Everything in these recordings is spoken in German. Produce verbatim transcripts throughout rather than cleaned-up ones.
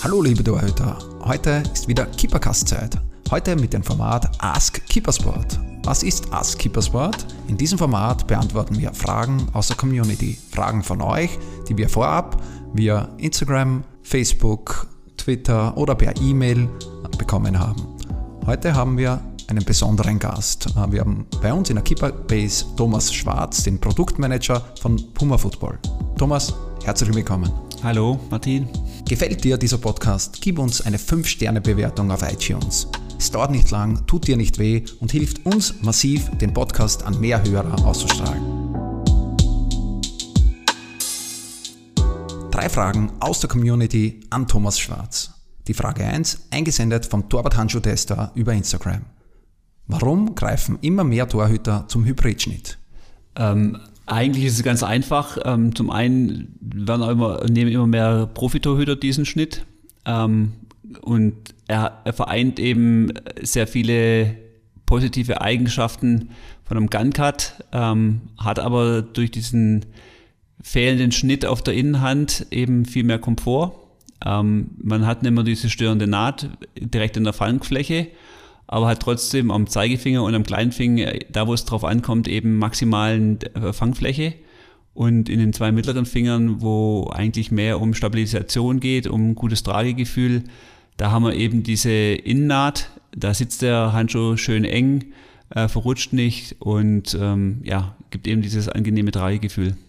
Hallo liebe Torhüter, heute ist wieder Keepercast-Zeit. Heute mit dem Format Ask Keepersport. Was ist Ask Keepersport? In diesem Format beantworten wir Fragen aus der Community. Fragen von euch, die wir vorab via Instagram, Facebook, Twitter oder per E-Mail bekommen haben. Heute haben wir einen besonderen Gast. Wir haben bei uns in der Keeperbase Thomas Schwarz, den Produktmanager von Puma Football. Thomas, herzlich willkommen. Hallo Martin. Gefällt dir dieser Podcast? Gib uns eine fünf Sterne Bewertung auf iTunes. Es dauert nicht lang, tut dir nicht weh und hilft uns massiv, den Podcast an mehr Hörer auszustrahlen. Drei Fragen aus der Community an Thomas Schwarz. Die Frage eins, eingesendet vom Torwart-Handschuh-Tester über Instagram. Warum greifen immer mehr Torhüter zum Hybridschnitt? Ähm, eigentlich ist es ganz einfach. Ähm, zum einen werden auch immer, nehmen immer mehr Profitorhüter diesen Schnitt. Ähm, und er, er vereint eben sehr viele positive Eigenschaften von einem Gun-Cut, ähm, hat aber durch diesen fehlenden Schnitt auf der Innenhand eben viel mehr Komfort. Ähm, man hat nicht mehr diese störende Naht direkt in der Fangfläche, aber hat trotzdem am Zeigefinger und am Kleinfinger, da wo es drauf ankommt, eben maximalen Fangfläche. Und in den zwei mittleren Fingern, wo eigentlich mehr um Stabilisation geht, um gutes Tragegefühl, da haben wir eben diese Innennaht, da sitzt der Handschuh schön eng, äh, verrutscht nicht und ähm, ja, gibt eben dieses angenehme Tragegefühl.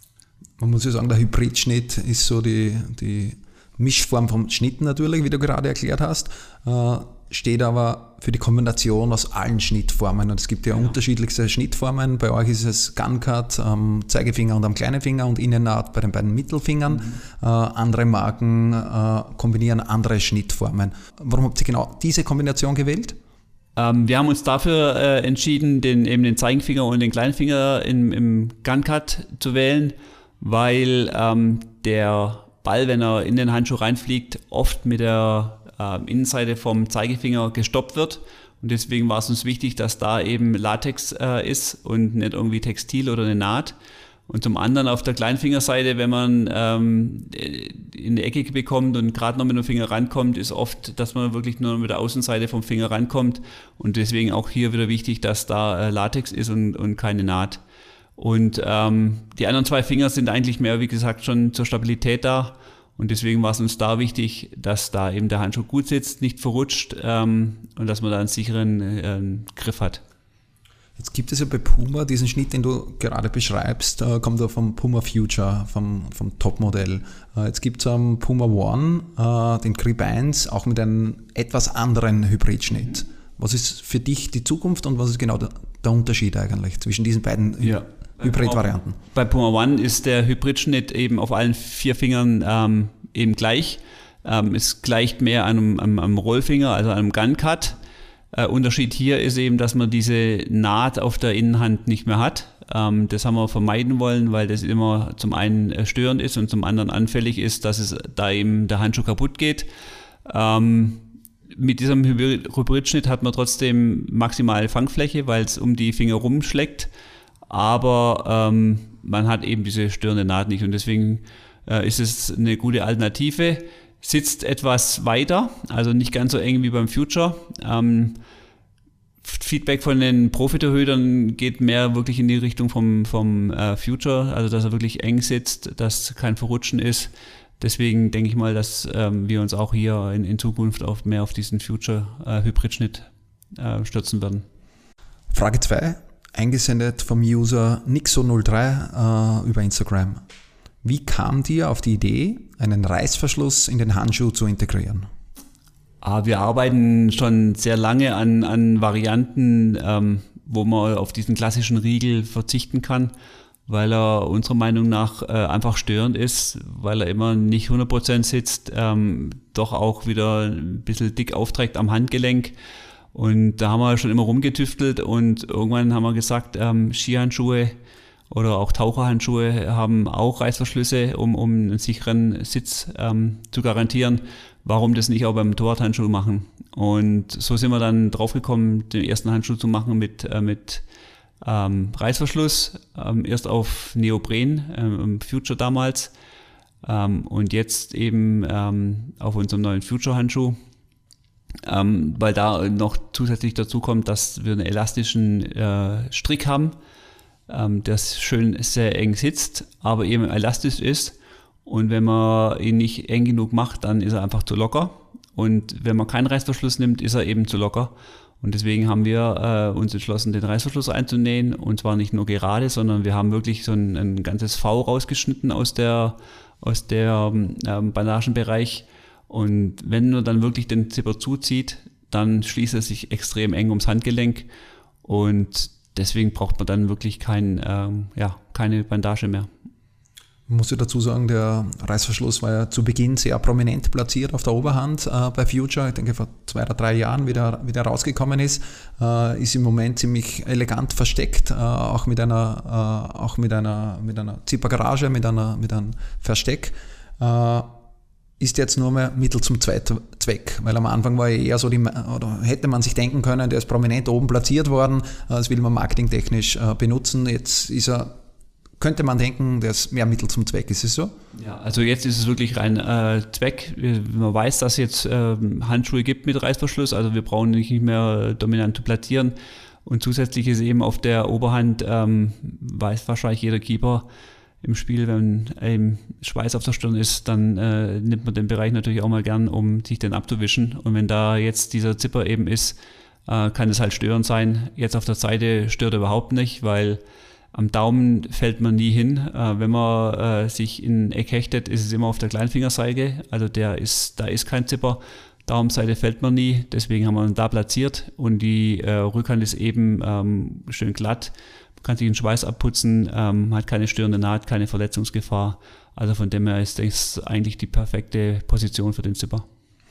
Man muss ja sagen, der Hybridschnitt ist so die, die Mischform vom Schnitten natürlich, wie du gerade erklärt hast, äh, steht aber für die Kombination aus allen Schnittformen. Und es gibt ja, ja. unterschiedlichste Schnittformen. Bei euch ist es Gun-Cut am Zeigefinger und am kleinen Finger und Innennaht bei den beiden Mittelfingern. Mhm. Äh, andere Marken äh, kombinieren andere Schnittformen. Warum habt ihr genau diese Kombination gewählt? Ähm, wir haben uns dafür äh, entschieden, den, eben den Zeigefinger und den kleinen Finger im, im Gun-Cut zu wählen, weil ähm, der Ball, wenn er in den Handschuh reinfliegt, oft mit der äh, Innenseite vom Zeigefinger gestoppt wird. Und deswegen war es uns wichtig, dass da eben Latex äh, ist und nicht irgendwie Textil oder eine Naht. Und zum anderen auf der Kleinfingerseite, wenn man ähm, in die Ecke bekommt und gerade noch mit dem Finger rankommt, ist oft, dass man wirklich nur mit der Außenseite vom Finger rankommt. Und deswegen auch hier wieder wichtig, dass da äh, Latex ist und, und keine Naht. Und ähm, die anderen zwei Finger sind eigentlich mehr, wie gesagt, schon zur Stabilität da. Und deswegen war es uns da wichtig, dass da eben der Handschuh gut sitzt, nicht verrutscht ähm, und dass man da einen sicheren äh, Griff hat. Jetzt gibt es ja bei Puma diesen Schnitt, den du gerade beschreibst, äh, kommt ja vom Puma Future, vom, vom Topmodell. Äh, jetzt gibt es am Puma One, äh, den Grip eins, auch mit einem etwas anderen Hybridschnitt. Was ist für dich die Zukunft und was ist genau der, der Unterschied eigentlich zwischen diesen beiden ja. Hybrid-Varianten? Bei Puma One ist der Hybridschnitt eben auf allen vier Fingern ähm, eben gleich. Ähm, es gleicht mehr einem, einem, einem Rollfinger, also einem Gun-Cut. Äh, Unterschied hier ist eben, dass man diese Naht auf der Innenhand nicht mehr hat. Ähm, das haben wir vermeiden wollen, weil das immer zum einen störend ist und zum anderen anfällig ist, dass es da eben der Handschuh kaputt geht. Ähm, Mit diesem Hybridschnitt hat man trotzdem maximale Fangfläche, weil es um die Finger rumschlägt, aber ähm, man hat eben diese störende Naht nicht und deswegen äh, ist es eine gute Alternative. Sitzt etwas weiter, also nicht ganz so eng wie beim Future. Ähm, Feedback von den Profitorhütern geht mehr wirklich in die Richtung vom, vom äh, Future, also dass er wirklich eng sitzt, dass kein Verrutschen ist. Deswegen denke ich mal, dass ähm, wir uns auch hier in, in Zukunft auf mehr auf diesen Future-Hybrid-Schnitt äh, stürzen werden. Frage zwei, eingesendet vom User Nixo null drei äh, über Instagram. Wie kam dir auf die Idee, einen Reißverschluss in den Handschuh zu integrieren? Ah, wir arbeiten schon sehr lange an, an Varianten, ähm, wo man auf diesen klassischen Riegel verzichten kann, weil er unserer Meinung nach äh, einfach störend ist, weil er immer nicht hundert Prozent sitzt, ähm, doch auch wieder ein bisschen dick aufträgt am Handgelenk. Und da haben wir schon immer rumgetüftelt und irgendwann haben wir gesagt, ähm, Skihandschuhe oder auch Taucherhandschuhe haben auch Reißverschlüsse, um, um einen sicheren Sitz ähm, zu garantieren. Warum das nicht auch beim Torwarthandschuh machen? Und so sind wir dann draufgekommen, den ersten Handschuh zu machen mit, äh, mit ähm, Reißverschluss, ähm, erst auf Neopren, ähm, Future damals. Ähm, und jetzt eben ähm, auf unserem neuen Future-Handschuh, ähm, weil da noch zusätzlich dazu kommt, dass wir einen elastischen äh, Strick haben, ähm, das schön sehr eng sitzt, aber eben elastisch ist. Und wenn man ihn nicht eng genug macht, dann ist er einfach zu locker. Und wenn man keinen Reißverschluss nimmt, ist er eben zu locker. Und deswegen haben wir äh, uns entschlossen, den Reißverschluss einzunähen. Und zwar nicht nur gerade, sondern wir haben wirklich so ein, ein ganzes V rausgeschnitten aus der, aus der ähm, Bandagenbereich. Und wenn man dann wirklich den Zipper zuzieht, dann schließt er sich extrem eng ums Handgelenk. Und deswegen braucht man dann wirklich kein, ähm, ja, keine Bandage mehr. Ich muss ja dazu sagen, der Reißverschluss war ja zu Beginn sehr prominent platziert auf der Oberhand äh, bei Future. Ich denke, vor zwei oder drei Jahren, wie der, wie der rausgekommen ist, äh, ist im Moment ziemlich elegant versteckt, äh, auch mit einer, äh, auch mit einer, mit einer Zippergarage, mit, einer, mit einem Versteck. Äh, ist jetzt nur mehr Mittel zum Zweck, weil am Anfang war ja eher so, die, oder hätte man sich denken können, der ist prominent oben platziert worden, äh, das will man marketingtechnisch äh, benutzen. Jetzt ist er, könnte man denken, der ist mehr Mittel zum Zweck. Ist es so? Ja, also jetzt ist es wirklich rein äh, Zweck. Man weiß, dass es jetzt äh, Handschuhe gibt mit Reißverschluss, also wir brauchen nicht mehr dominant zu plattieren. Und zusätzlich ist eben auf der Oberhand, ähm, weiß wahrscheinlich jeder Keeper im Spiel, wenn eben Schweiß auf der Stirn ist, dann äh, nimmt man den Bereich natürlich auch mal gern, um sich den abzuwischen. Und wenn da jetzt dieser Zipper eben ist, äh, kann es halt störend sein. Jetzt auf der Seite stört er überhaupt nicht, weil am Daumen fällt man nie hin. Äh, wenn man äh, sich in ein Eck hechtet, ist es immer auf der Kleinfingerseite. Also der ist, da ist kein Zipper. Daumenseite fällt man nie. Deswegen haben wir ihn da platziert. Und die äh, Rückhand ist eben ähm, schön glatt. Man kann sich den Schweiß abputzen, ähm, hat keine störende Naht, keine Verletzungsgefahr. Also von dem her ist das eigentlich die perfekte Position für den Zipper.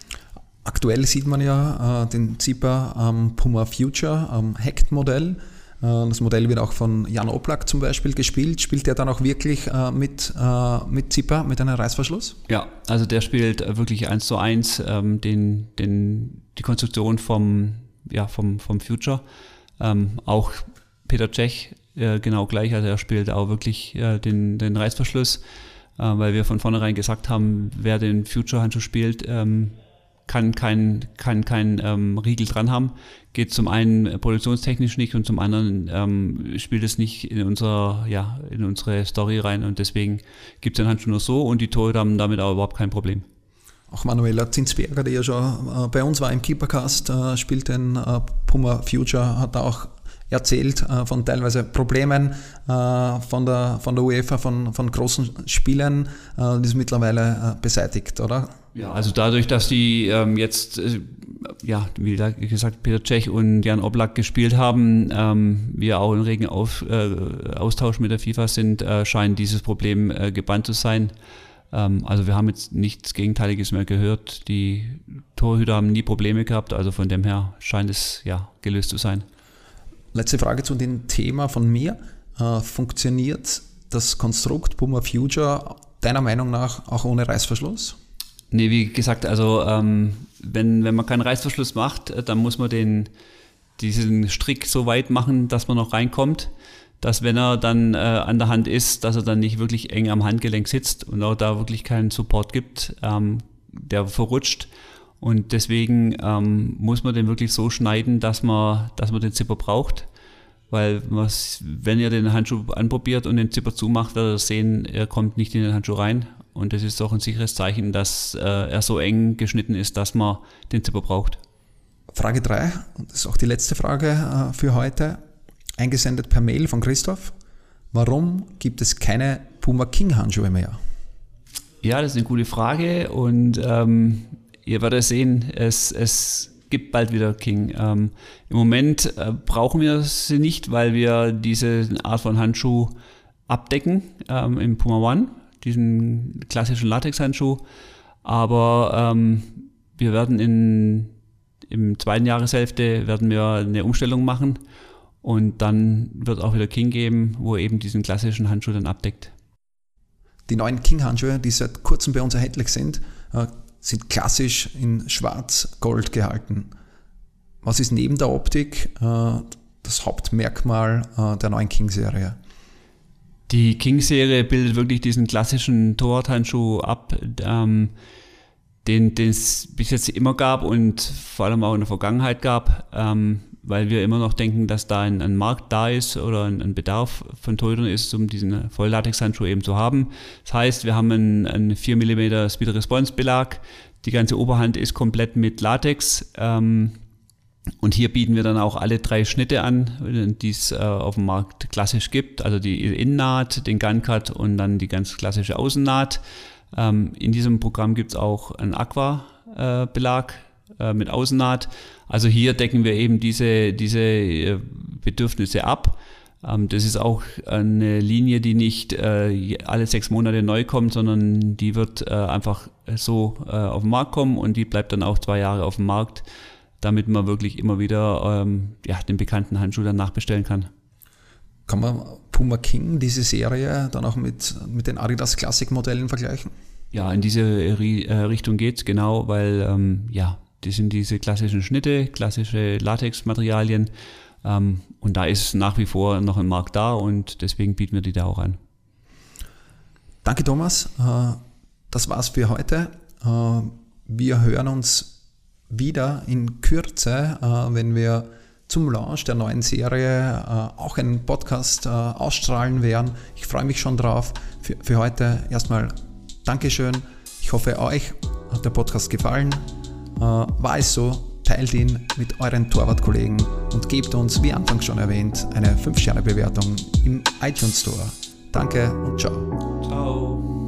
Aktuell sieht man ja äh, den Zipper am Puma Future, am Hacked-Modell. Das Modell wird auch von Jan Oblak zum Beispiel gespielt. Spielt der dann auch wirklich äh, mit, äh, mit Zipper, mit einem Reißverschluss? Ja, also der spielt wirklich eins zu eins ähm, den, den, die Konstruktion vom, ja, vom, vom Future. Ähm, auch Peter Cech äh, genau gleich, also er spielt auch wirklich äh, den, den Reißverschluss, äh, weil wir von vornherein gesagt haben, wer den Future-Handschuh spielt, ähm, kann kein, kann kein ähm, Riegel dran haben. Geht zum einen produktionstechnisch nicht und zum anderen ähm, spielt es nicht in, unser, ja, in unsere Story rein und deswegen gibt es den Handschuh nur so und die Torhüter haben damit auch überhaupt kein Problem. Auch Manuela Zinsberger, die ja schon äh, bei uns war im Keepercast, äh, spielt den äh, Puma Future, hat auch erzählt äh, von teilweise Problemen äh, von, der, von der UEFA, von, von großen Spielen, äh, das ist mittlerweile äh, beseitigt, oder? Ja, also dadurch, dass die ähm, jetzt, äh, ja, wie gesagt, Peter Cech und Jan Oblak gespielt haben, ähm, wir auch in regen Auf, äh, Austausch mit der FIFA sind, äh, scheint dieses Problem äh, gebannt zu sein. Ähm, also wir haben jetzt nichts Gegenteiliges mehr gehört. Die Torhüter haben nie Probleme gehabt, also von dem her scheint es ja gelöst zu sein. Letzte Frage zu dem Thema von mir. Äh, funktioniert das Konstrukt Puma Future deiner Meinung nach auch ohne Reißverschluss? Nee, wie gesagt, also ähm, wenn, wenn man keinen Reißverschluss macht, dann muss man den, diesen Strick so weit machen, dass man noch reinkommt, dass wenn er dann äh, an der Hand ist, dass er dann nicht wirklich eng am Handgelenk sitzt und auch da wirklich keinen Support gibt, ähm, der verrutscht. Und deswegen ähm, muss man den wirklich so schneiden, dass man, dass man den Zipper braucht. Weil was, wenn ihr den Handschuh anprobiert und den Zipper zumacht, werdet ihr sehen, er kommt nicht in den Handschuh rein. Und das ist auch ein sicheres Zeichen, dass äh, er so eng geschnitten ist, dass man den Zipper braucht. Frage drei, und das ist auch die letzte Frage äh, für heute, eingesendet per Mail von Christoph. Warum gibt es keine Puma King Handschuhe mehr? Ja, das ist eine gute Frage und ähm, ihr werdet sehen, es, es gibt bald wieder King. Ähm, Im Moment äh, brauchen wir sie nicht, weil wir diese Art von Handschuh abdecken ähm, im Puma One, diesen klassischen Latex-Handschuh. Aber ähm, wir werden in, im zweiten Jahreshälfte werden wir eine Umstellung machen und dann wird auch wieder King geben, wo eben diesen klassischen Handschuh dann abdeckt. Die neuen King-Handschuhe, die seit kurzem bei uns erhältlich sind, äh, sind klassisch in Schwarz-Gold gehalten. Was ist neben der Optik äh, das Hauptmerkmal äh, der neuen King-Serie? Die King-Serie bildet wirklich diesen klassischen Torwarthandschuh ab, ähm, den es bis jetzt immer gab und vor allem auch in der Vergangenheit gab, ähm, weil wir immer noch denken, dass da ein, ein Markt da ist oder ein, ein Bedarf von Torhütern ist, um diesen Volllatex-Handschuh eben zu haben. Das heißt, wir haben einen, einen vier Millimeter Speed-Response-Belag, die ganze Oberhand ist komplett mit Latex, ähm, und hier bieten wir dann auch alle drei Schnitte an, die es äh, auf dem Markt klassisch gibt, also die Innennaht, den Gun-Cut und dann die ganz klassische Außennaht. Ähm, in diesem Programm gibt es auch einen Aqua-Belag äh, mit Außennaht. Also hier decken wir eben diese, diese äh, Bedürfnisse ab. Ähm, das ist auch eine Linie, die nicht äh, alle sechs Monate neu kommt, sondern die wird äh, einfach so äh, auf den Markt kommen und die bleibt dann auch zwei Jahre auf dem Markt, damit man wirklich immer wieder ähm, ja, den bekannten Handschuh dann nachbestellen kann. Kann man Puma King, diese Serie, dann auch mit, mit den Adidas Classic Modellen vergleichen? Ja, in diese Richtung geht es, genau, weil ähm, ja, die sind diese klassischen Schnitte, klassische Latexmaterialien, ähm, und da ist nach wie vor noch ein Markt da und deswegen bieten wir die da auch an. Danke, Thomas. Das war's für heute. Wir hören uns wieder in Kürze, äh, wenn wir zum Launch der neuen Serie äh, auch einen Podcast äh, ausstrahlen werden. Ich freue mich schon drauf. Für, für heute erstmal Dankeschön. Ich hoffe, euch hat der Podcast gefallen. Äh, war es so, teilt ihn mit euren Torwartkollegen und gebt uns, wie anfangs schon erwähnt, eine fünf Sterne Bewertung im iTunes Store. Danke und ciao. Ciao.